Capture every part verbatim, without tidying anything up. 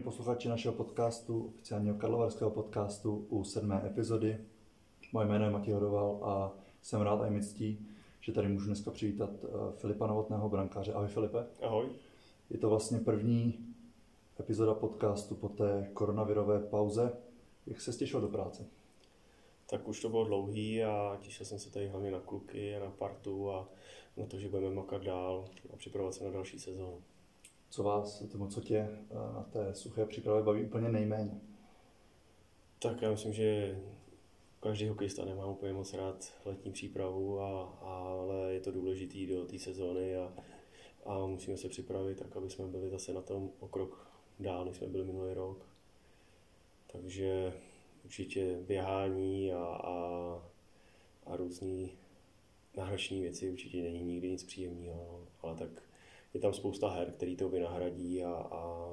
posluchači našeho podcastu, oficiálního karlovarského podcastu u sedmé epizody. Moje jméno je Matěj Hodoval a jsem rád a je mi ctí, že tady můžu dneska přivítat Filipa Novotného, brankáře. Ahoj Filipe. Ahoj. Je to vlastně první epizoda podcastu po té koronavirové pauze. Jak se těšil do práce? Tak už to bylo dlouhý a těšil jsem se tady hlavně na kluky a na partu a na to, že budeme makat dál a připravovat se na další sezónu. Co vás, tomu, co tě na té suché přípravě baví úplně nejméně? Tak já myslím, že každý hokejista nemá úplně moc rád letní přípravu, a, ale je to důležitý do té sezóny a, a musíme se připravit tak, aby jsme byli zase na tom o krok dál, než jsme byli minulý rok. Takže určitě běhání a, a, a různý náročné věci určitě není nikdy nic příjemného, ale tak je tam spousta her, který to vynahradí a, a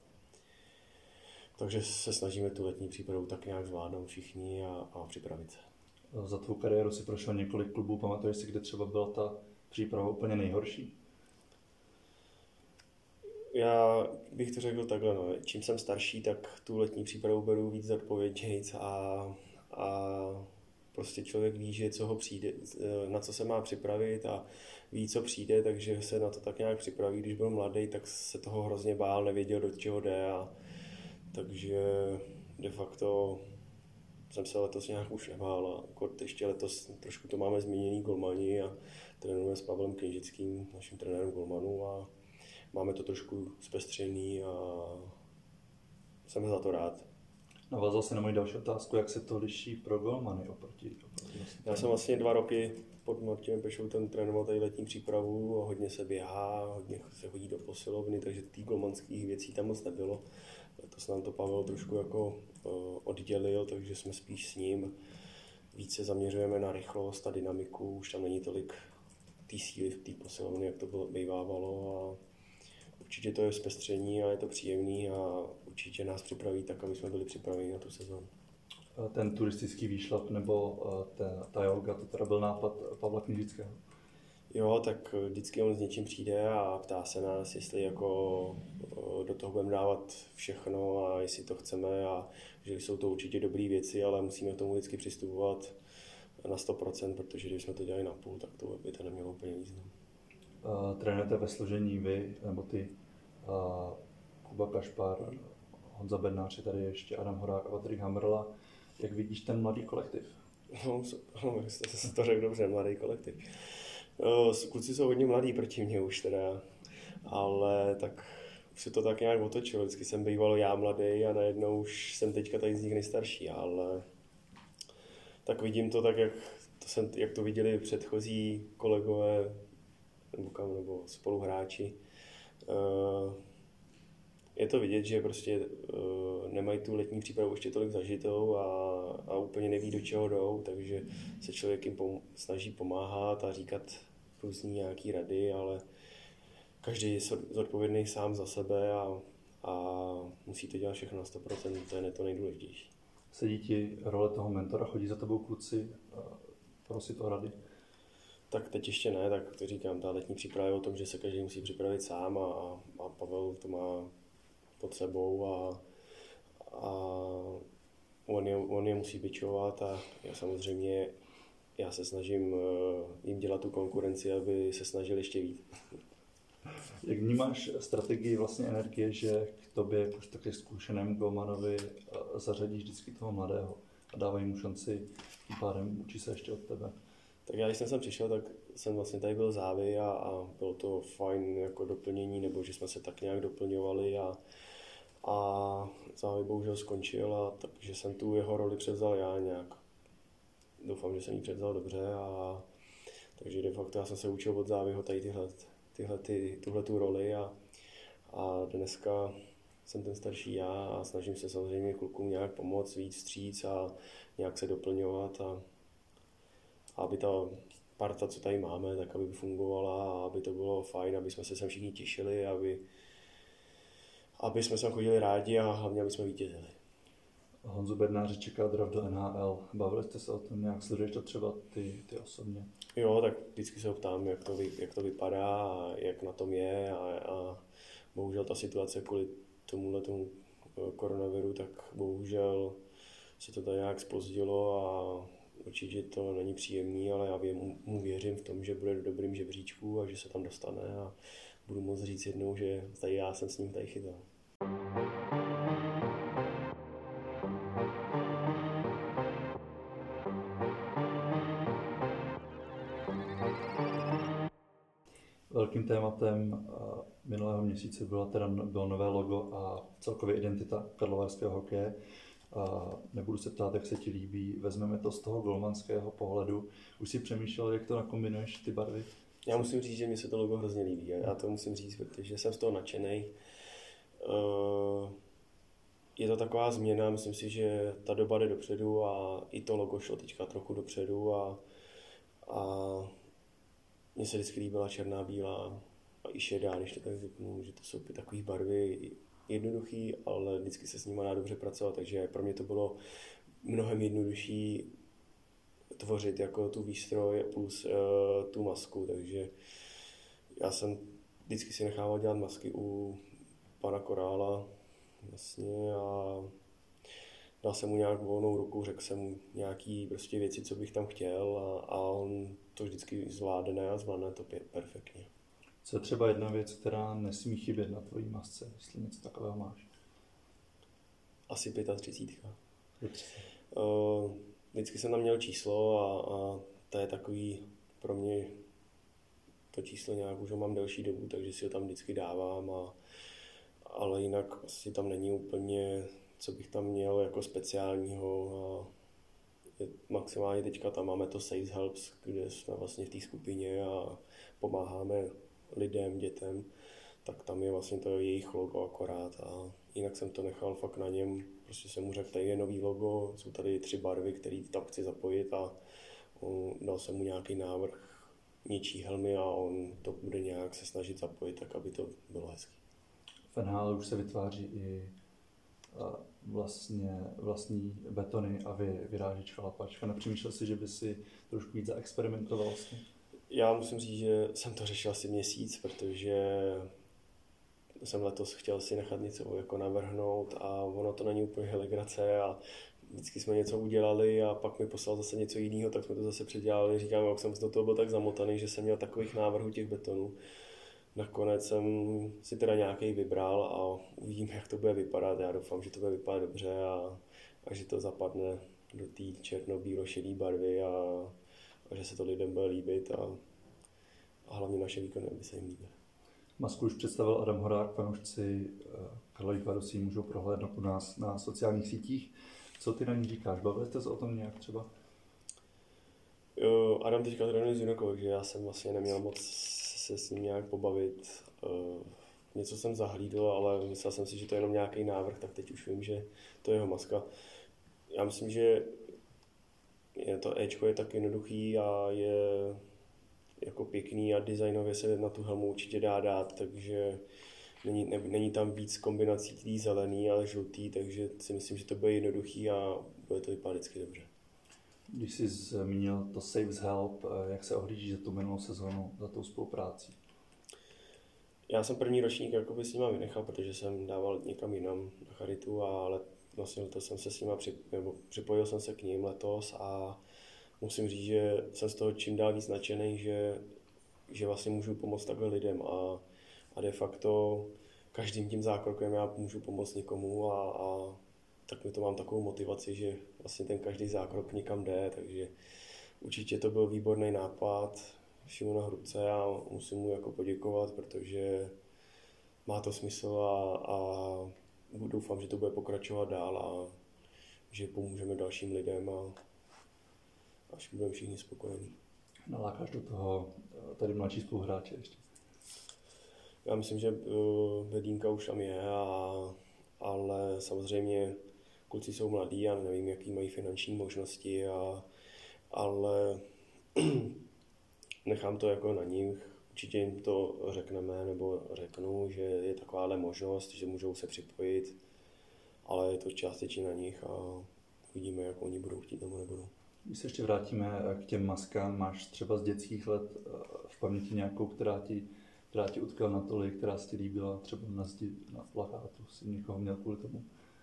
takže se snažíme tu letní přípravu tak nějak zvládnout všichni a, a připravit se. Za tvou kariéru si prošel několik klubů, pamatuješ si, kde třeba byla ta příprava úplně nejhorší? Já bych to řekl takhle, no. Čím jsem starší, tak tu letní přípravu beru víc zodpovědnějc a, a prostě člověk ví, že co ho přijde, na co se má připravit a ví, co přijde, takže se na to tak nějak připraví. Když byl mladý, tak se toho hrozně bál, nevěděl, do čeho jde, a takže de facto jsem se letos nějak už nebál a jako ještě letos trošku to máme změněný golmani a trénujeme s Pavlem Kněžickým, naším trenérem golmanů, a máme to trošku zpestřený a jsem za to rád. Navázal se na moji další otázku, jak se to liší pro golmany oproti, oproti vlastně. Já jsem vlastně dva roky pod Martinem Pešoutem trénoval tady letní přípravu, hodně se běhá, hodně se chodí do posilovny, takže tý golmanských věcí tam moc nebylo. To se nám to Pavel trošku jako uh, oddělil, takže jsme spíš s ním. Více zaměřujeme na rychlost a dynamiku, už tam není tolik té síly v té posilovny, jak to bylo, bývávalo, a určitě to je zpestření a je to příjemný a určitě nás připraví tak, aby jsme byli připraveni na tu sezónu. Ten turistický výšlap nebo ta, ta yoga, to teda byl nápad Pavla Kněžického? Jo, tak vždycky on s něčím přijde a ptá se nás, jestli jako do toho budeme dávat všechno a jestli to chceme, a že jsou to určitě dobré věci, ale musíme k tomu vždycky přistupovat na sto procent, protože když jsme to dělali na půl, tak to by to nemělo úplně význam. Uh, trénujete ve složení vy, nebo ty, uh, Kuba Kašpar, Honza Bednář, je tady ještě Adam Horák a Patrik Hamrla. Jak vidíš ten mladý kolektiv? No, no jste to řekl dobře, mladý kolektiv. Kluci jsou hodně mladí proti mě už teda, ale tak už se to tak nějak otočilo. Vždycky jsem býval já mladý a najednou už jsem teďka tady z nich nejstarší, ale tak vidím to tak, jak to, jsem, jak to viděli předchozí kolegové nebo, kam, nebo spoluhráči. Je to vidět, že prostě nemají tu letní přípravu ještě tolik zažitou a, a úplně neví, do čeho jdou, takže se člověk jim pom- snaží pomáhat a říkat různý nějaký rady, ale každý je zodpovědný sám za sebe a, a musí to dělat všechno na sto procent, to je to nejdůležitější. Sedí ti role toho mentora, chodí za tebou kluci prosit o rady? Tak teď ještě ne, tak to říkám, ta letní příprava je o tom, že se každý musí připravit sám a, a Pavel to má pod sebou a, a on, je, on je musí bičovat a já samozřejmě já se snažím jim dělat tu konkurenci, aby se snažili ještě víc. Jak vnímáš strategii vlastně energie, že k tobě, jako taky zkušenému golmanovi, zařadíš vždycky toho mladého a dávají mu šanci, tím pádem učí se ještě od tebe? Tak já, když jsem sem přišel, tak jsem vlastně tady byl Závy a, a bylo to fajn jako doplnění, nebo že jsme se tak nějak doplňovali a, a Závy bohužel skončil, a takže jsem tu jeho roli převzal já nějak. Doufám, že jsem ji převzal dobře, a takže de facto já jsem se učil od Závyho tady tyhle, tyhle, ty, tuhle tu roli a, a dneska jsem ten starší já a snažím se samozřejmě klukům nějak pomoct, víc vstříc a nějak se doplňovat, a aby ta parta, co tady máme, tak aby fungovala a aby to bylo fajn, aby jsme se sem všichni těšili, aby, aby jsme sem chodili rádi a hlavně, aby jsme vítězili. Honzu Bednáře čeká draft do N H L. Bavili jste se o tom nějak? Sleduješ to třeba ty, ty osobně? Jo, tak vždycky se ho ptám, jak to, jak to vypadá a jak na tom je, a, a bohužel ta situace kvůli tomuhle tomu koronaviru, tak bohužel se to tady nějak zpozdilo a určitě to není příjemný, ale já věm, mu věřím v tom, že bude v dobrým žebříčku a že se tam dostane a budu moct říct jednou, že tady já jsem s ním tady chytal. Velkým tématem minulého měsíce bylo teda bylo nové logo a celkově identita karlovarského hokeje. A nebudu se ptát, jak se ti líbí, vezmeme to z toho golmanského pohledu. Už si přemýšlel, jak to nakombinuješ, ty barvy? Já musím říct, že mi se to logo hrozně líbí. Já to musím říct, protože jsem z toho nadšenej. Je to taková změna, myslím si, že ta doba jde dopředu a i to logo šlo teďka trochu dopředu a, a mně se vždycky líbila černá, bílá a i šedá, když to tak řeknu, že to jsou takové barvy jednoduchý, ale vždycky se s nimi dá dobře pracovat, takže pro mě to bylo mnohem jednodušší tvořit jako tu výstroj plus uh, tu masku, takže já jsem vždycky si nechával dělat masky u pana Korála vlastně a dal jsem mu nějak volnou ruku, řekl jsem mu nějaký prostě věci, co bych tam chtěl a, a on to vždycky zvládne a zvládne to perfektně. Co je třeba jedna věc, která nesmí chybět na tvojí masce, jestli něco takového máš? Asi třicet pět. Uh, vždycky jsem tam měl číslo a, a to je takový pro mě to číslo nějak už ho mám delší dobu, takže si ho tam vždycky dávám, a, ale jinak asi tam není úplně, co bych tam měl jako speciálního. A je, maximálně teďka tam máme to Saves Helps, kde jsme vlastně v té skupině a pomáháme lidem, dětem, tak tam je vlastně to jejich logo akorát a jinak jsem to nechal fakt na něm, prostě jsem mu řekl, tady je nový logo, jsou tady tři barvy, které tam chci zapojit a on, dal jsem mu nějaký návrh něčí helmy a on to bude nějak se snažit zapojit, tak aby to bylo hezký. V N H L už se vytváří i vlastně vlastní betony a vy, vyrážička, lapačka. Nepřemýšlel si, že by si trošku víc zaexperimentoval vlastně? Já musím říct, že jsem to řešil asi měsíc, protože jsem letos chtěl si nechat něco jako navrhnout a ono to není úplně legrace a vždycky jsme něco udělali a pak mi poslal zase něco jiného, tak jsme to zase předělali. Říkám, jak jsem do toho byl tak zamotaný, že jsem měl takových návrhů těch betonů. Nakonec jsem si teda nějaký vybral a uvidím, jak to bude vypadat. Já doufám, že to bude vypadat dobře a, a že to zapadne do té černo-bílo-šedé barvy a, a že se to lidem bude líbit a, a hlavně naše výkony, aby se jim líbily. Masku už představil Adam Horák, fanoušci Karlových Varů si ji můžou prohlédnout u nás na sociálních sítích. Co ty na ní říkáš? Bavili jste se o tom nějak třeba? Jo, Adam teďka trénuje s Junokou, takže já jsem vlastně neměl moc se s ním nějak pobavit. Něco jsem zahlídl, ale myslel jsem si, že to je jenom nějaký návrh, tak teď už vím, že to je jeho maska. Já myslím, že je to Ečko je tak jednoduchý a je jako pěkný a designově se na tu helmu určitě dá dát, takže není, ne, není tam víc kombinací tý zelený, ale žlutý, takže si myslím, že to bude jednoduchý a bude to vypadat vždycky dobře. Když jsi zmínil to Saves Help, jak se ohlížíš za tu minulou sezónu, za tou spoluprácí? Já jsem první ročník jakoby s nima vynechal, protože jsem dával někam jinam na charitu, ale vlastně letos jsem se s nima při, nebo připojil jsem se k ním letos a musím říct, že jsem z toho čím dál víc nadšený, že, že vlastně můžu pomoct takhle lidem a, a de facto každým tím zákrokem já můžu pomoct někomu a, a tak mi to mám takovou motivaci, že vlastně ten každý zákrok někam jde, takže určitě to byl výborný nápad Šimona Hrubce a musím mu jako poděkovat, protože má to smysl a, a doufám, že to bude pokračovat dál a že pomůžeme dalším lidem a až budeme všichni spokojení. Nalákáš do toho tady mladší spoluhráče ještě? Já myslím, že Bedínka už tam je, a, ale samozřejmě kluci jsou mladí a nevím, jaký mají finanční možnosti, a, ale nechám to jako na nich. Určitě jim to řekneme, nebo řeknu, že je takováhle možnost, že můžou se připojit, ale je to částečně na nich a uvidíme, jak oni budou chtít nebo nebudou. Když se ještě vrátíme k těm maskám, máš třeba z dětských let v paměti nějakou, která ti, která ti utkala natolik, která si ti líbila, třeba na zdi, na plakátu, si někoho měl kvůli tomu?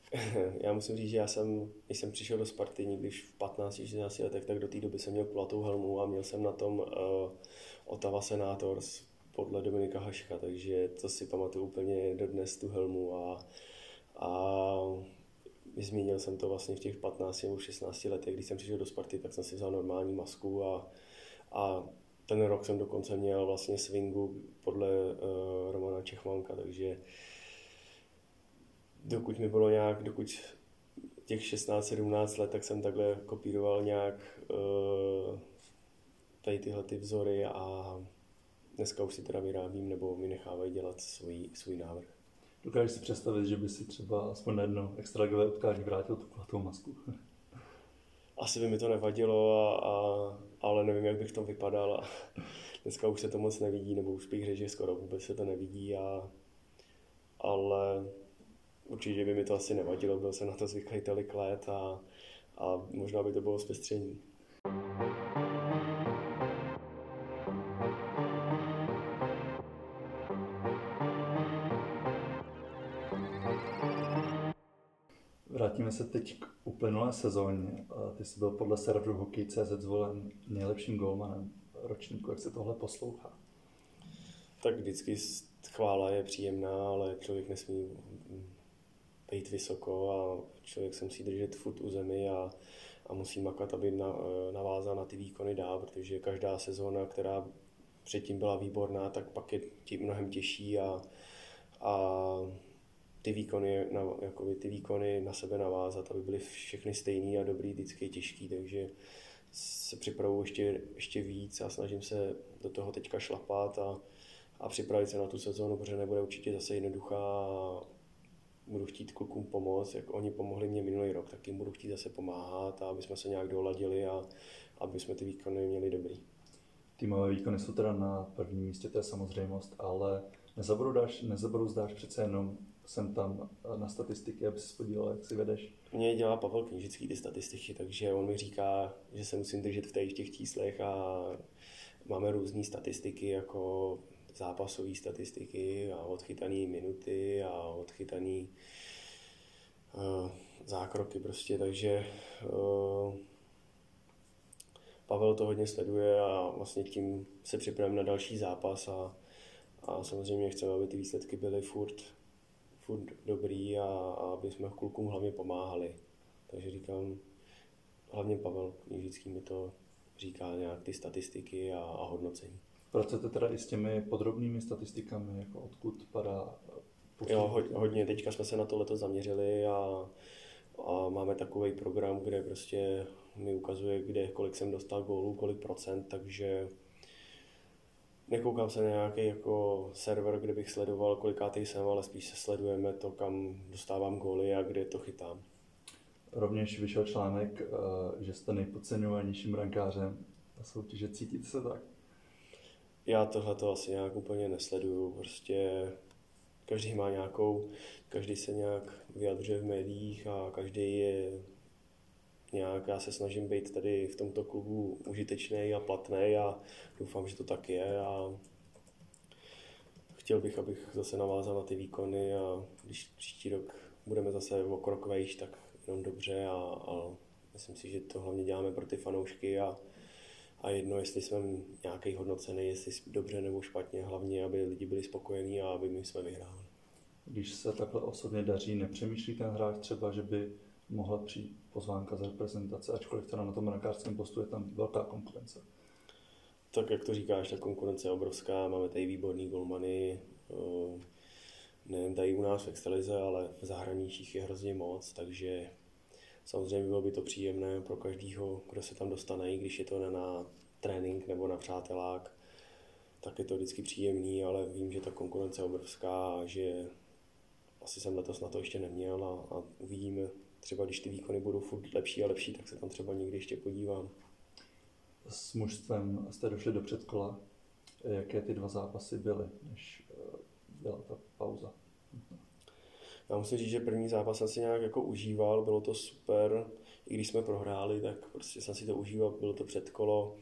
Já musím říct, že já jsem, když jsem přišel do Sparty někdy v patnácti šestnácti letech, tak do té doby jsem měl kulatou helmu a měl jsem na tom uh, Ottawa Senators podle Dominika Haška, takže to si pamatuju úplně dodnes tu helmu a, a zmínil jsem to vlastně v těch patnácti nebo šestnácti letech, když jsem přišel do Sparty, tak jsem si vzal normální masku a, a ten rok jsem dokonce měl vlastně swingu podle uh, Romana Čechmanka, takže dokud mi bylo nějak, dokud těch šestnáct sedmnáct let, tak jsem takhle kopíroval nějak uh, tady tyhle ty vzory a dneska už si teda vyrábím nebo mi nechávají dělat svůj, svůj návrh. Dokážeš si představit, že by si třeba aspoň na jedno extraligové utkání vrátil tu kulatou masku? Asi by mi to nevadilo, a, a, ale nevím, jak bych v tom vypadal. A dneska už se to moc nevidí, nebo už bych řekl, že skoro vůbec se to nevidí, a, ale určitě by mi to asi nevadilo, byl jsem na to zvyklý tolik let a, a možná by to bylo zpestření. Vrátíme se teď k uplynulé sezóně. Ty jsi byl podle serveru Hokej tečka cé zet zvolen nejlepším golmanem ročníku. Jak se tohle poslouchá? Tak vždycky chvála je příjemná, ale člověk nesmí být vysoko a člověk se musí držet furt u zemi a, a musí makat, aby na, navázal na ty výkony dál, protože každá sezóna, která předtím byla výborná, tak pak je tím mnohem těžší a, a ty výkony, na, jakoby ty výkony na sebe navázat, aby byly všechny stejný a dobrý, vždycky je těžký, takže se připravuji ještě, ještě víc a snažím se do toho teďka šlapat a, a připravit se na tu sezónu, protože nebude určitě zase jednoduchá a budu chtít klukům pomoct, jak oni pomohli mě minulý rok, tak jim budu chtít zase pomáhat a aby jsme se nějak doladili a aby jsme ty výkony měli dobrý. Týmové výkony jsou teda na prvním místě, to je samozřejmost, ale nezabroudáš, nezabrouzdáš přece jenom jsem tam na statistiky, aby se podíval, jak si vedeš. Mě dělá Pavel Knížický ty statistiky, takže on mi říká, že se musím držet v těch, těch číslech a máme různé statistiky, jako zápasové statistiky a odchytané minuty a odchytané uh, zákroky prostě, takže uh, Pavel to hodně sleduje a vlastně tím se připravím na další zápas a, a samozřejmě chceme, aby ty výsledky byly furt, furt dobrý a, a aby jsme klukům hlavně pomáhali. Takže říkám, hlavně Pavel Knížický mi to říká nějak ty statistiky a, a hodnocení. Pracujete teda i s těmi podrobnými statistikami, jako odkud padá působí? Jo, hodně. Teďka jsme se na to letos zaměřili a, a máme takový program, kde prostě mi ukazuje, kde, kolik jsem dostal gólů, kolik procent, takže nekoukám se na nějaký jako server, kde bych sledoval, kolikátej jsem, ale spíš se sledujeme to, kam dostávám góly a kde to chytám. Rovněž vyšel článek, že jste nejpodceňovanějším brankářem na soutěže. Cítíte se tak? Já tohle to asi nějak úplně nesleduju, prostě každý má nějakou, každý se nějak vyjadřuje v médiích a každý je nějak, já se snažím být tady v tomto klubu užitečný a platný a doufám, že to tak je a chtěl bych, abych zase navázal na ty výkony a když příští rok budeme zase o krok vejš, tak jenom dobře a, a myslím si, že to hlavně děláme pro ty fanoušky a A jedno, jestli jsme nějaký hodnocený, jestli dobře nebo špatně, hlavně, aby lidi byli spokojení a aby my jsme vyhráli. Když se takhle osobně daří, nepřemýšlí ten hráč třeba, že by mohla přijít pozvánka z reprezentace, ačkoliv teda na tom brankářském postu je tam velká konkurence? Tak jak to říkáš, ta konkurence je obrovská, máme tady výborný golmany, nejen tady u nás v extralize, ale v zahraničích je hrozně moc, takže samozřejmě bylo by to příjemné pro každého, kdo se tam dostane, i když je to na trénink nebo na přátelák, tak je to vždycky příjemný, ale vím, že ta konkurence je obrovská a že asi jsem letos na to ještě neměl a, a uvidíme. Třeba když ty výkony budou furt lepší a lepší, tak se tam třeba někdy ještě podívám. S mužstvem jste došli do předkola. Jaké ty dva zápasy byly, než byla ta pauza? Já musím říct, že první zápas jsem si nějak jako užíval, bylo to super, i když jsme prohráli, tak prostě jsem si to užíval, bylo to předkolo,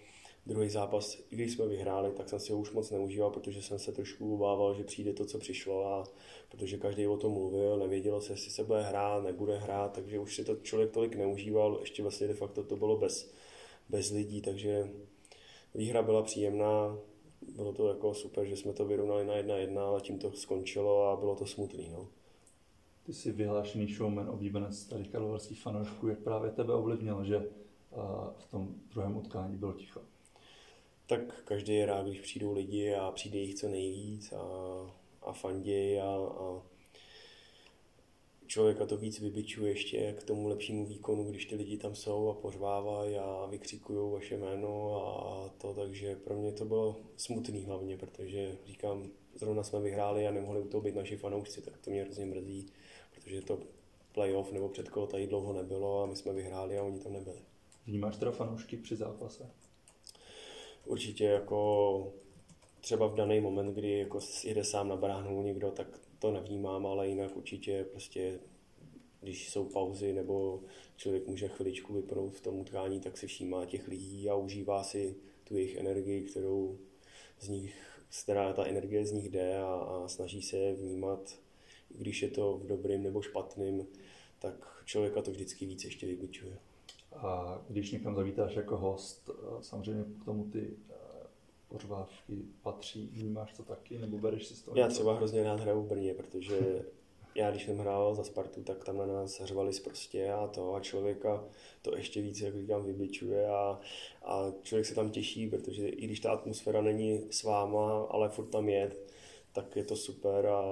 Druhý zápas, i když jsme vyhráli, tak jsem si ho už moc neužíval, protože jsem se trošku obával, že přijde to, co přišlo, a protože každý o tom mluvil, nevědělo se, jestli se bude hrát, nebude hrát, takže už si to člověk tolik neužíval, ještě vlastně de facto to bylo bez, bez lidí, takže výhra byla příjemná, bylo to jako super, že jsme to vyrovnali na jedna jedna, ale tím to skončilo a bylo to smutný. No. Ty jsi vyhlášený showman, oblíbenec starých karlovarských fanoušků, jak právě tebe ovlivnilo, že v tom druhém utkání bylo ticho? Tak každý je rád, když přijdou lidi a přijde jich co nejvíc a, a fanděj a, a člověka to víc vybičuje ještě k tomu lepšímu výkonu, když ty lidi tam jsou a pořvávají a vykřikují vaše jméno a to, takže pro mě to bylo smutný hlavně, protože říkám, zrovna jsme vyhráli a nemohli u toho být naši fanoušci, tak to mě hrozně mrzí, protože to playoff nebo předkolo tady dlouho nebylo a my jsme vyhráli a oni tam nebyli. Vnímáš teda fanoušky při zápase? Určitě jako třeba v daný moment, kdy jako jede sám na bránu někdo, tak to nevnímám, ale jinak určitě prostě, když jsou pauzy nebo člověk může chviličku vypnout v tom utkání, tak si všímá těch lidí a užívá si tu jejich energii, kterou z nich, která ta energie z nich jde a, a snaží se je vnímat, když je to v dobrým nebo špatným, tak člověka to vždycky víc ještě vybičuje. A když někam zavítáš jako host, samozřejmě k tomu ty pořvávky patří, vnímáš to taky, nebo bereš si z toho? Já třeba hrozně rád hraju v Brně, protože já když jsem hrál za Spartu, tak tam na nás řvali sprostě a to a člověka to ještě víc, jak říkám, vybičuje a, a člověk se tam těší, protože i když ta atmosféra není s váma, ale furt tam je, tak je to super a,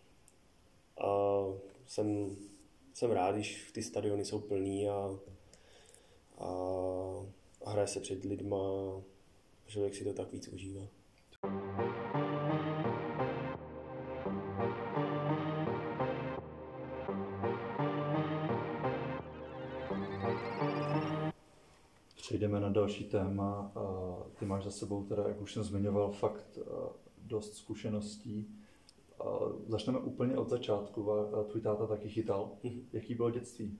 a jsem, jsem rád, když ty stadiony jsou plný a, a, a hraje se před lidma, člověk si to tak víc užívá. Přejdeme na další téma. Ty máš za sebou, teda, jak už jsem zmiňoval, fakt dost zkušeností. Začneme úplně od začátku. Tvůj táta taky chytal. Mm-hmm. Jaký bylo dětství?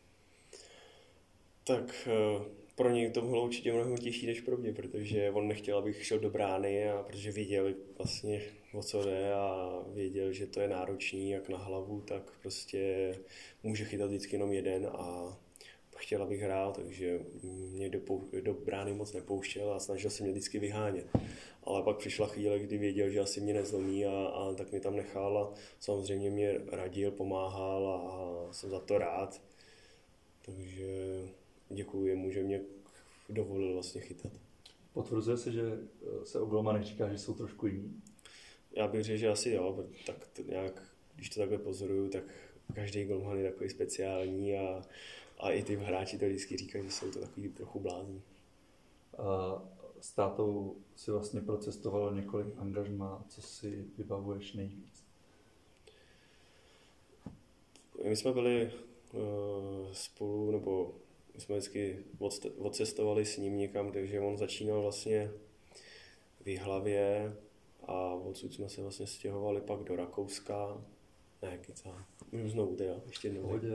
Tak pro něj to bylo určitě mnohem těžší než pro mě, protože on nechtěl, abych šel do brány, a protože věděl vlastně, o co jde a věděl, že to je náročný jak na hlavu, tak prostě může chytat vždycky jenom jeden a chtěl, abych hrál, takže mě do, do brány moc nepouštěl a snažil se mě vždycky vyhánět. Ale pak přišla chvíle, kdy věděl, že asi mě nezlomí a, a tak mě tam nechal a samozřejmě mě radil, pomáhal a, a jsem za to rád. Takže děkuji jemu, že mě dovolil vlastně chytat. Potvrzuje se, že se o golmanech říká, že jsou trošku jiní? Já bych řekl, že asi jo, tak to nějak, když to takhle pozoruju, tak každý golman je takový speciální a A i ty hráči to vždycky říkají, že jsou to takový trochu blázní. S tátou si vlastně procestoval několik angažmá. Co si vybavuješ nejvíc? My jsme byli uh, spolu, nebo my jsme vždycky odcestovali s ním někam, takže on začínal vlastně v Jihlavě a odsud jsme se vlastně stěhovali pak do Rakouska. Ne, kecá. Můžu znovu teda, ještě jednou. Pohodě,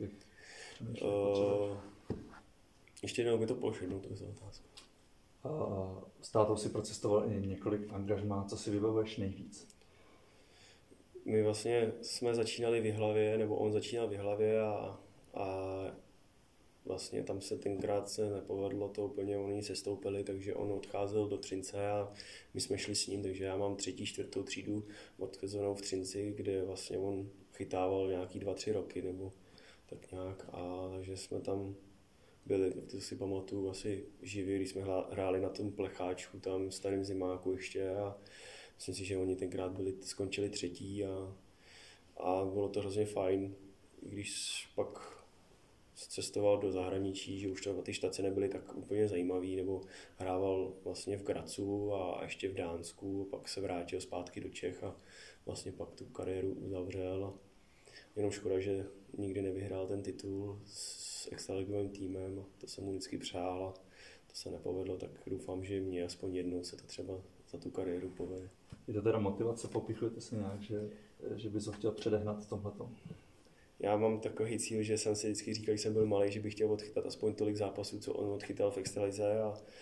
Uh, ještě jednou by to pošednou, to je za otázku. Uh, s tátou si procestoval i několik angažmá, co si vybavuješ nejvíc? My vlastně jsme začínali v Jihlavě, nebo on začínal v Jihlavě a, a vlastně tam se tenkrát se nepovedlo to úplně, oni sestoupili, takže on odcházel do Třince a my jsme šli s ním, takže já mám třetí, čtvrtou třídu odkazanou v Třinci, kde vlastně on chytával nějaký dva, tři roky, nebo tak nějak, a takže jsme tam byli, to si pamatuju asi živě, když jsme hráli na tom plecháčku tam starým zimáku ještě a myslím si, že oni tenkrát byli, skončili třetí a, a bylo to hrozně fajn, když pak cestoval do zahraničí, že už to, ty štace nebyly tak úplně zajímavý, nebo hrával vlastně v Gracu a ještě v Dánsku, pak se vrátil zpátky do Čech a vlastně pak tu kariéru uzavřel. A jenom škoda, že nikdy nevyhrál ten titul s extraligovým týmem, to jsem mu vždycky přál a to se nepovedlo, tak doufám, že mě aspoň jednou se to třeba za tu kariéru povede. Je to teda motivace, popichujete se nějak, že, že bys ho chtěl předehnat v tomhletom? Já mám takový cíl, že jsem si vždycky říkal, když jsem byl malý, že bych chtěl odchytat aspoň tolik zápasů, co on odchytal v extralize a,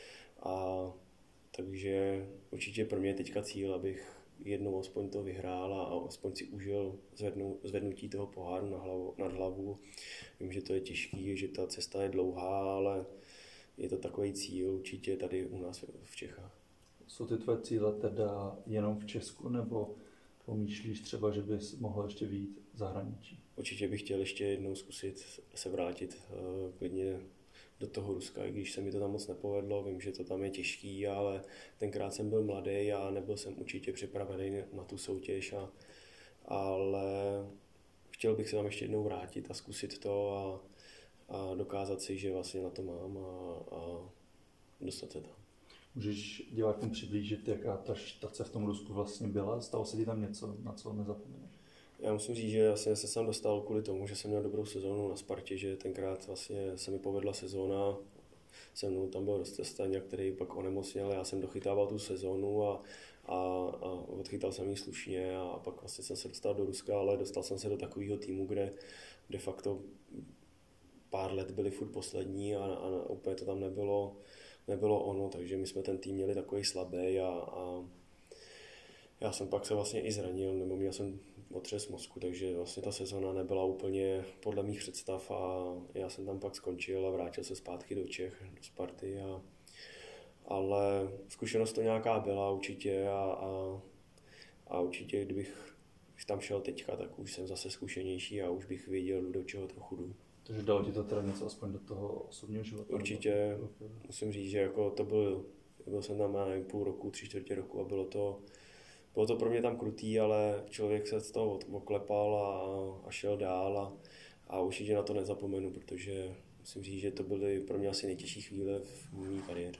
A takže určitě pro mě je teďka cíl, abych jednou aspoň to vyhrál a aspoň si užil zvednu, zvednutí toho poháru na hlavu, nad hlavu. Vím, že to je těžký, že ta cesta je dlouhá, ale je to takový cíl určitě tady u nás v Čechách. Jsou ty tvoje cíle teda jenom v Česku, nebo pomýšlíš třeba, že bys mohl ještě vyjít v zahraničí? Určitě bych chtěl ještě jednou zkusit se vrátit uh, klidně do toho Ruska, i když se mi to tam moc nepovedlo, vím, že to tam je těžký, ale tenkrát jsem byl mladý a nebyl jsem určitě připravený na tu soutěž, a, ale chtěl bych se tam ještě jednou vrátit a zkusit to a, a dokázat si, že vlastně na to mám a, a dostat se tam. Můžeš divákům přiblížit, jaká ta štace v tom Rusku vlastně byla? Stalo se ti tam něco, na co nezapomeneš? Já musím říct, že vlastně se jsem dostal kvůli tomu, že jsem měl dobrou sezónu na Spartě, že tenkrát vlastně se mi povedla sezóna. Se mnou tam byl Rostestaňa, který pak onemocněl, já jsem dochytával tu sezónu a, a, a odchytal jsem ji slušně a pak vlastně jsem se dostal do Ruska, ale dostal jsem se do takového týmu, kde de facto pár let byli furt poslední a, a úplně to tam nebylo, nebylo ono, takže my jsme ten tým měli takový slabý a, a já jsem pak se vlastně i zranil, nebo měl jsem otřes mozku, takže vlastně ta sezona nebyla úplně podle mých představ a já jsem tam pak skončil a vrátil se zpátky do Čech, do Sparty. A, ale zkušenost to nějaká byla určitě a, a, a určitě kdybych tam šel teďka, tak už jsem zase zkušenější a už bych věděl, do čeho trochu jdu. Takže dalo ti to teda něco aspoň do toho osobního života? Určitě, musím říct, že jako to byl, byl jsem tam na půl roku, tři čtvrtě roku a bylo to Bylo to pro mě tam krutý, ale člověk se z toho oklepal a, a šel dál a, a určitě na to nezapomenu, protože musím říct, že to byly pro mě asi nejtěžší chvíle v mé kariéře.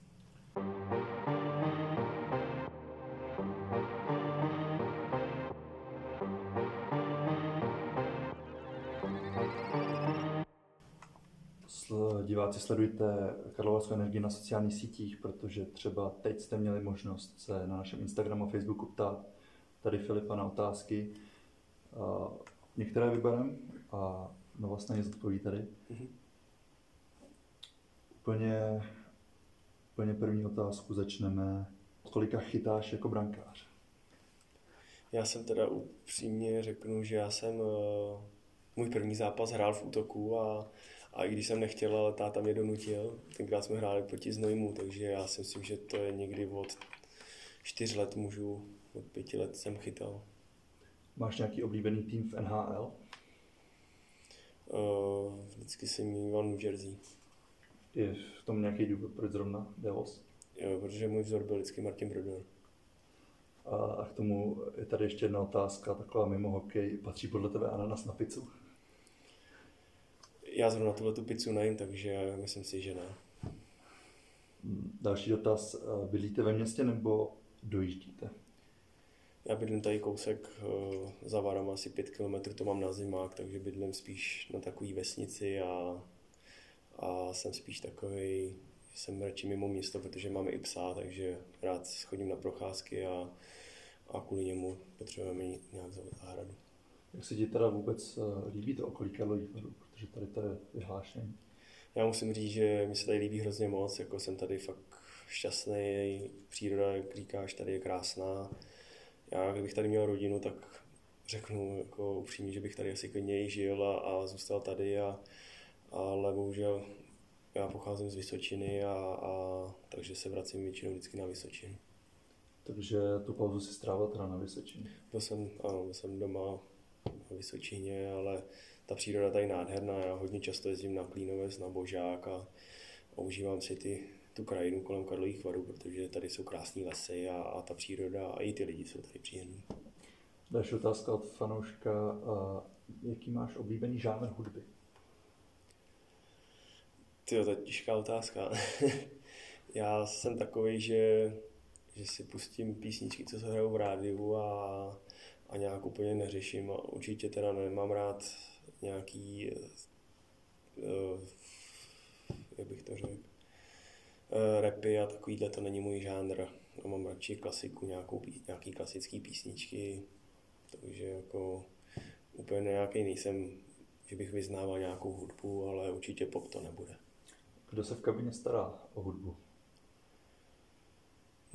Diváci, sledujte Karlovarskou energii na sociálních sítích, protože třeba teď jste měli možnost se na našem Instagramu a Facebooku ptát tady Filipa na otázky. Některé vybereme a Nova na ně zodpoví tady. Mm-hmm. Úplně, úplně první otázku začneme. Od kolika chytáš jako brankář? Já jsem teda upřímně řeknu, že já jsem můj první zápas hrál v útoku a A i když jsem nechtěl, ale táta mě donutil, tenkrát jsme hráli proti Znojmu, takže já si myslím, že to je někdy od čtyř let můžu, od pěti let jsem chytal. Máš nějaký oblíbený tým v N H L? Uh, vždycky jsem mýval New Jersey. Je v tom nějaký důvod, proč zrovna Devils? Jo, protože můj vzor byl vždycky Martin Brodeur. A k tomu je tady ještě jedna otázka, taková mimo hokej. Patří podle tebe ananas na pizzu? Já zrovna tuhle tu pizzu nejím, takže myslím si, že ne. Další dotaz. Bydlíte ve městě nebo dojíždíte? Já bydlím tady kousek za Varama, asi pět kilometrů, to mám na zimák, takže bydlím spíš na takové vesnici a, a jsem spíš takovej, že jsem radši mimo město, protože máme i psa, takže rád chodím na procházky a, a kvůli němu potřebujeme mít nějak zahradu. Jak se ti teda vůbec líbí to okolí Karlových Varů, protože tady to je vyhlášení? Já musím říct, že mi se tady líbí hrozně moc, jako jsem tady fakt šťastný, příroda, jak říkáš, tady je krásná. Já, kdybych tady měl rodinu, tak řeknu jako upřímně, že bych tady asi klidně i žil a, a zůstal tady, a, ale bohužel já pocházím z Vysočiny a, a takže se vracím většinou vždycky na Vysočinu. Takže tu pauzu si strávil teda na Vysočině? Byl jsem, ano, byl jsem doma na Vysočině, ale ta příroda tady je nádherná. Já hodně často jezdím na Klínovec, na Božák a, a užívám si ty, tu krajinu kolem Karlových Varů, protože tady jsou krásné lesy a, a ta příroda a i ty lidi jsou tady příjemní. Další otázka od fanouška. Jaký máš oblíbený žánr hudby? Tyjo, to je těžká otázka. Já jsem takovej, že, že si pustím písničky, co se hrajou v rádiu a, a nějak úplně neřeším. A určitě teda nemám rád nějaký, uh, jak bych to řekl, uh, rapy a takovýhle, to není můj žánr. Já mám radši klasiku, nějakou, nějaký klasický písničky, takže jako úplně nějaký nejsem, že bych vyznával nějakou hudbu, ale určitě pop to nebude. Kdo se v kabině stará o hudbu?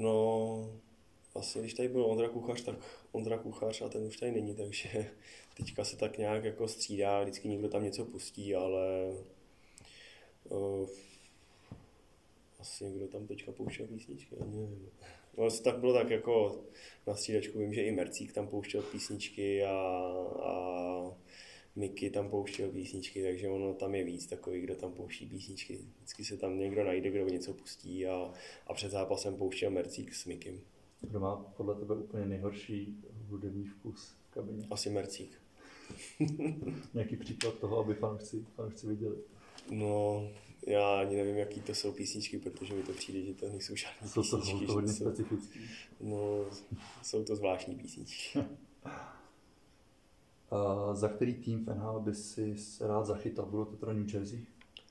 No, vlastně když tady byl Ondra Kuchař, tak Ondra Kuchař a ten už tady není, takže teďka se tak nějak jako střídá, vždycky někdo tam něco pustí, ale uh, asi někdo tam teďka pouštěl písničky, já nevím. No, tak bylo tak jako na střídačku, vím, že i Mercík tam pouštěl písničky a, a Miky tam pouštěl písničky, takže ono tam je víc takový, kdo tam pouští písničky. Vždycky se tam někdo najde, kdo něco pustí a, a před zápasem pouštěl Mercík s Mikim. Kdo má podle tebe úplně nejhorší hudební vkus v kabině? Asi Mercík. Nějaký příklad toho, aby fanoušci, fanoušci viděli? No, já ani nevím, jaký to jsou písničky, protože mi to přijde, že to nejsou žádné jsou to, písničky. Jsou to hodně specifické. No, jsou to zvláštní písničky. Uh, za který tým v N H L by si rád zachytal? Bylo to teda New Jersey?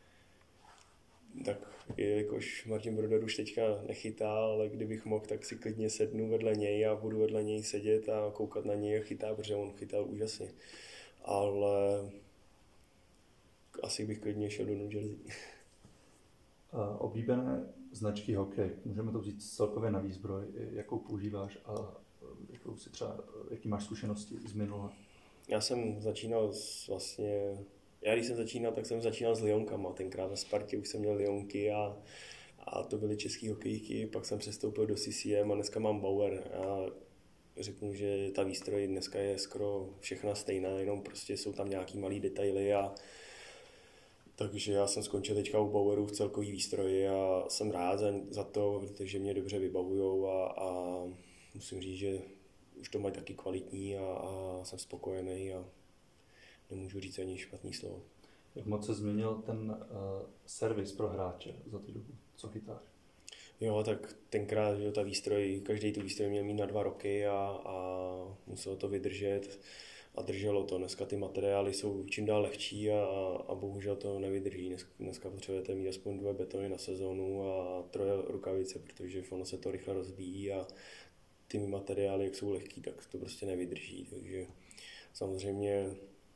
Tak jakož Martin Brodeur už teďka nechytá, ale kdybych mohl, tak si klidně sednu vedle něj a budu vedle něj sedět a koukat na něj a chytá, protože on chytal úžasně. Ale asi bych klidně šel do New Jersey. Uh, oblíbené značky hokej, můžeme to vzít celkově na výzbroj, jakou používáš a jakou si třeba, jaký máš zkušenosti z minula? Já jsem začínal s vlastně, já když jsem začínal, tak jsem začínal s Lyonkama, tenkrát ve Spartě už jsem měl Lyonky a, a to byly český hokejky, pak jsem přestoupil do C C M a dneska mám Bauer. A řeknu, že ta výstroj dneska je skoro všechna stejná, jenom prostě jsou tam nějaký malý detaily a takže já jsem skončil teďka u Baueru v celkový výstroji a jsem rád za, za to, protože mě dobře vybavujou a, a musím říct, že už to mají taky kvalitní a, a jsem spokojený a nemůžu říct ani špatný slovo. Jak moc se změnil ten uh, servis pro hráče za tu dobu, co chytáš? Jo, tak tenkrát, že ta výstroj, každý tu výstroj měl mít na dva roky a, a muselo to vydržet a drželo to. Dneska ty materiály jsou čím dál lehčí a, a bohužel to nevydrží. Dneska, dneska potřebujete mít aspoň dva betony na sezónu a troje rukavice, protože ono se to rychle rozbíjí a ty materiály, jak jsou lehký, tak to prostě nevydrží. Takže samozřejmě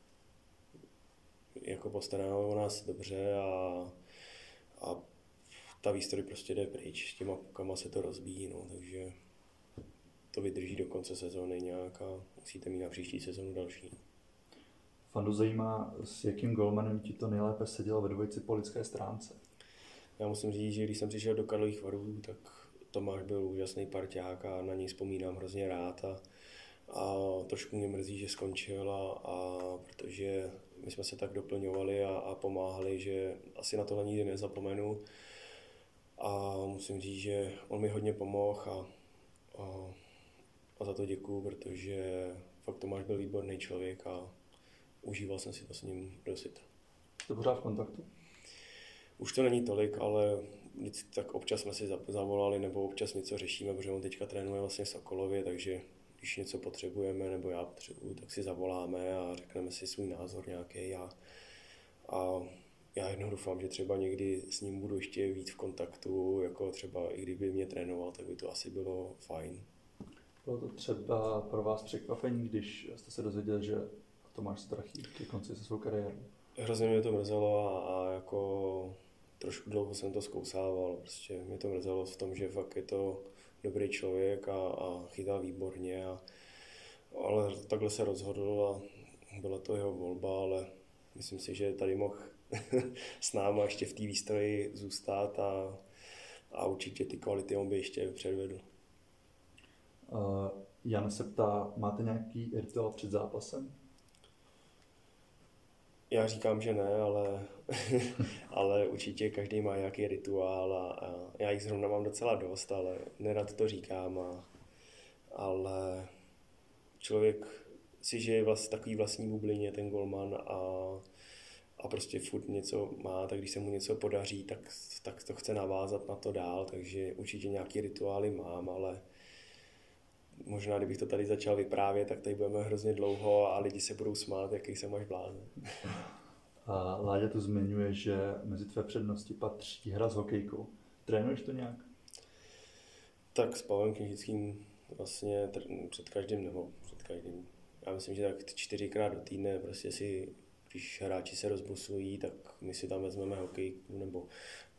jako postaráme o nás dobře a, a ta výstroj prostě jde pryč, s těma pukama se to rozbíjí, no, takže to vydrží do konce sezóny nějak a musíte mít na příští sezónu další. Fandu zajímá, s jakým golmanem ti to nejlépe sedělo ve dvojici po lidské stránce? Já musím říct, že když jsem přišel do Karlových Varů, tak Tomáš byl úžasný parťák a na něj vzpomínám hrozně rád a, a trošku mě mrzí, že skončil a, a protože my jsme se tak doplňovali a, a pomáhali, že asi na to nikdy nezapomenu. A musím říct, že on mi hodně pomohl a, a, a za to děkuju, protože fakt Tomáš byl výborný člověk a užíval jsem si to s ním dosyt. Jste pořád v kontaktu? Už to není tolik, ale tak občas jsme si zavolali nebo občas něco řešíme, protože on teďka trénuje vlastně v Sokolově, takže když něco potřebujeme nebo já potřebuju, tak si zavoláme a řekneme si svůj názor nějaký a, a já jednou doufám, že třeba někdy s ním budu ještě víc v kontaktu, jako třeba i kdyby mě trénoval, tak by to asi bylo fajn. Bylo to třeba pro vás překvapení, když jste se dozvěděl, že Tomáš Strachý ke konci se svou kariérou? Hrozně mě to mrzelo a, a jako trošku dlouho jsem to zkousával, prostě mě to mrzelo v tom, že fakt je to dobrý člověk a, a chytá výborně, a, ale takhle se rozhodl a byla to jeho volba, ale myslím si, že tady mohl s náma ještě v té výstroji zůstat a, a určitě ty kvality on by ještě předvedl. Uh, Jan se ptá, máte nějaký rituál před zápasem? Já říkám, že ne, ale, ale určitě každý má nějaký rituál a, a já jich zrovna mám docela dost, ale nerad to říkám, a, ale člověk si žije vlast, takový vlastní bublině, ten golman, a, a prostě furt něco má, tak když se mu něco podaří, tak, tak to chce navázat na to dál, takže určitě nějaký rituály mám, ale možná, kdybych to tady začal vyprávět, tak tady budeme hrozně dlouho a lidi se budou smát, jaký jsem až blázen. A Láďa tu zmiňuje, že mezi tvé přednosti patří hra s hokejkou. Trénuješ to nějak? Tak s Pavlem Knižickým vlastně před každým, nebo před každým, já myslím, že tak čtyřikrát do týdne, prostě si, když hráči se rozbrusují, tak my si tam vezmeme hokejku, nebo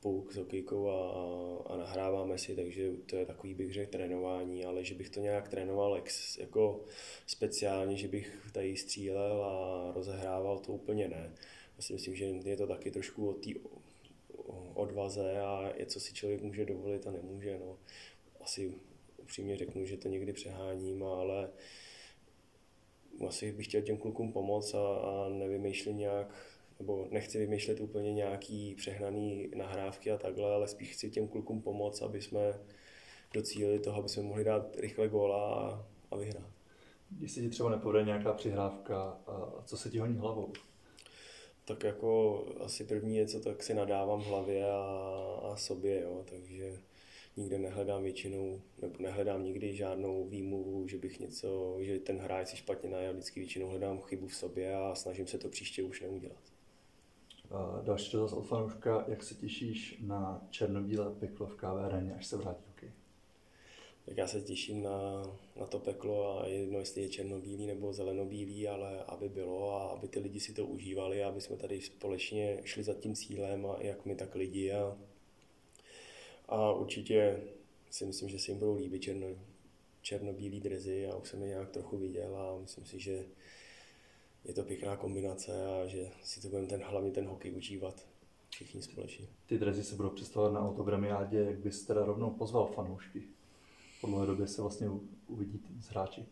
puk s hokejkou a, a nahráváme si, takže to je takový, bych řekl, trénování, ale že bych to nějak trénoval ex, jako speciálně, že bych tady střílel a rozehrával, to úplně ne. Já si myslím, že je to taky trošku o té odvaze a je, co si člověk může dovolit a nemůže. No. Asi upřímně řeknu, že to někdy přeháním, ale asi bych chtěl těm klukům pomoct a, a nevymýšlet nějak, nebo nechci vymýšlet úplně nějaký přehnaný nahrávky a takhle, ale spíš chci těm klukům pomoct, aby jsme docílili toho, aby jsme mohli dát rychle góla a, a vyhrát. Když se ti třeba nepovede nějaká přihrávka, a co se ti honí hlavou? Tak jako asi první něco, tak si nadávám v hlavě a, a sobě, jo, takže nikde nehledám většinou, nebo nehledám nikdy žádnou výmluvu, že bych něco, že ten hráč si špatně najel, vždycky většinou hledám chybu v sobě a snažím se to příště už neudělat. A další dotaz od fanouška, jak se těšíš na černobílé peklo v kavéreně, až se vrátí hokej? Tak já se těším na, na to peklo a jedno, jestli je černobílý nebo zelenobílý, ale aby bylo a aby ty lidi si to užívali, aby jsme tady společně šli za tím cílem a jak my, tak lidi. A, a určitě si myslím, že si jim budou líbit černo, černobílý dresy. Já už jsem je nějak trochu viděl a myslím si, že je to pěkná kombinace a že si to budeme ten, hlavně ten hokej užívat všichni společně. Ty dresy se budou představovat na autogramiádě, jak bys teda rovnou pozval fanoušky? Po dlouhé době se vlastně uvidí s hráči.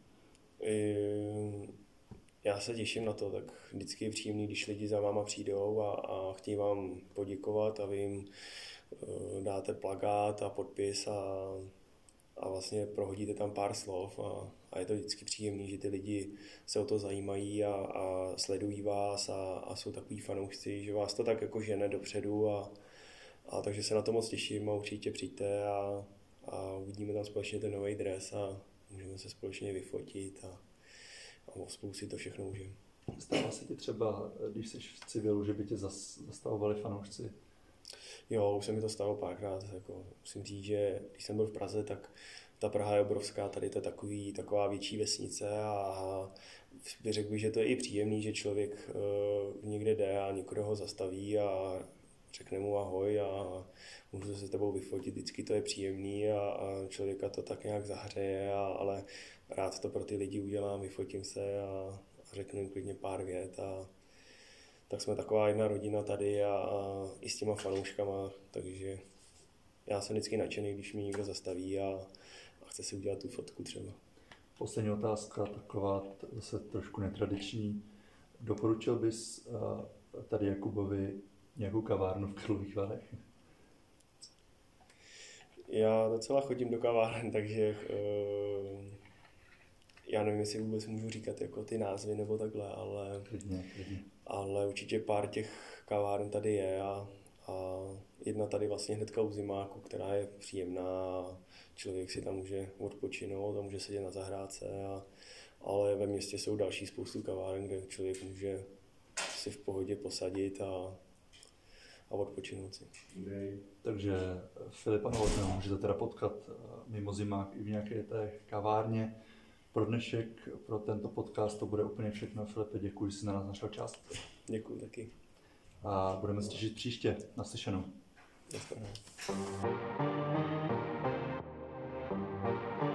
Já se těším na to, tak vždycky je příjemný, když lidi za váma přijdou a, a chtějí vám poděkovat a vy jim dáte plakát a podpis a, a vlastně prohodíte tam pár slov a, a je to vždycky příjemný, že ty lidi se o to zajímají a, a sledují vás a, a jsou takový fanoušci, že vás to tak jako žene dopředu a, a takže se na to moc těším a určitě přijďte a a uvidíme tam společně ten nový dres a můžeme se společně vyfotit a, a spolu si to všechno užijeme. Stává se ti třeba, když jsi v civilu, že by tě zastavovali fanoušci? Jo, už se mi to stalo párkrát. Jako, musím říct, že když jsem byl v Praze, tak ta Praha je obrovská, tady to je takový, taková větší vesnice a řekl bych, že to je i příjemný, že člověk uh, někde jde a někdo ho zastaví a řekne mu ahoj a můžu se s tebou vyfotit, vždycky to je příjemný a, a člověka to tak nějak zahřeje, a, ale rád to pro ty lidi udělám, vyfotím se a, a řeknu jim klidně pár vět a tak jsme taková jedna rodina tady a, a i s těma fanouškama, takže já jsem vždycky nadšený, když mě někdo zastaví a, a chce si udělat tu fotku třeba. Poslední otázka, taková zase trošku netradiční. Doporučil bys uh, tady Jakubovi nějakou kavárnu v Karlových Varech? Já docela chodím do kaváren, takže uh, já nevím, jestli vůbec můžu říkat jako ty názvy nebo takhle, ale, klidně, klidně. ale určitě pár těch kaváren tady je a, a jedna tady vlastně hnedka u Zimáku, která je příjemná, člověk si tam může odpočinout a může sedět na zahrádce, a, ale ve městě jsou další spoustu kaváren, kde člověk může si v pohodě posadit a a odpočinout si. Okay. Takže Filipa Novotného můžete teda potkat mimo Zimák i v nějaké té kavárně. Pro dnešek, pro tento podcast to bude úplně všechno. Filipe, děkuji, že jsi na nás našel čas. Děkuji taky. A budeme se těšit příště. Naslyšenou. Naslyšenou.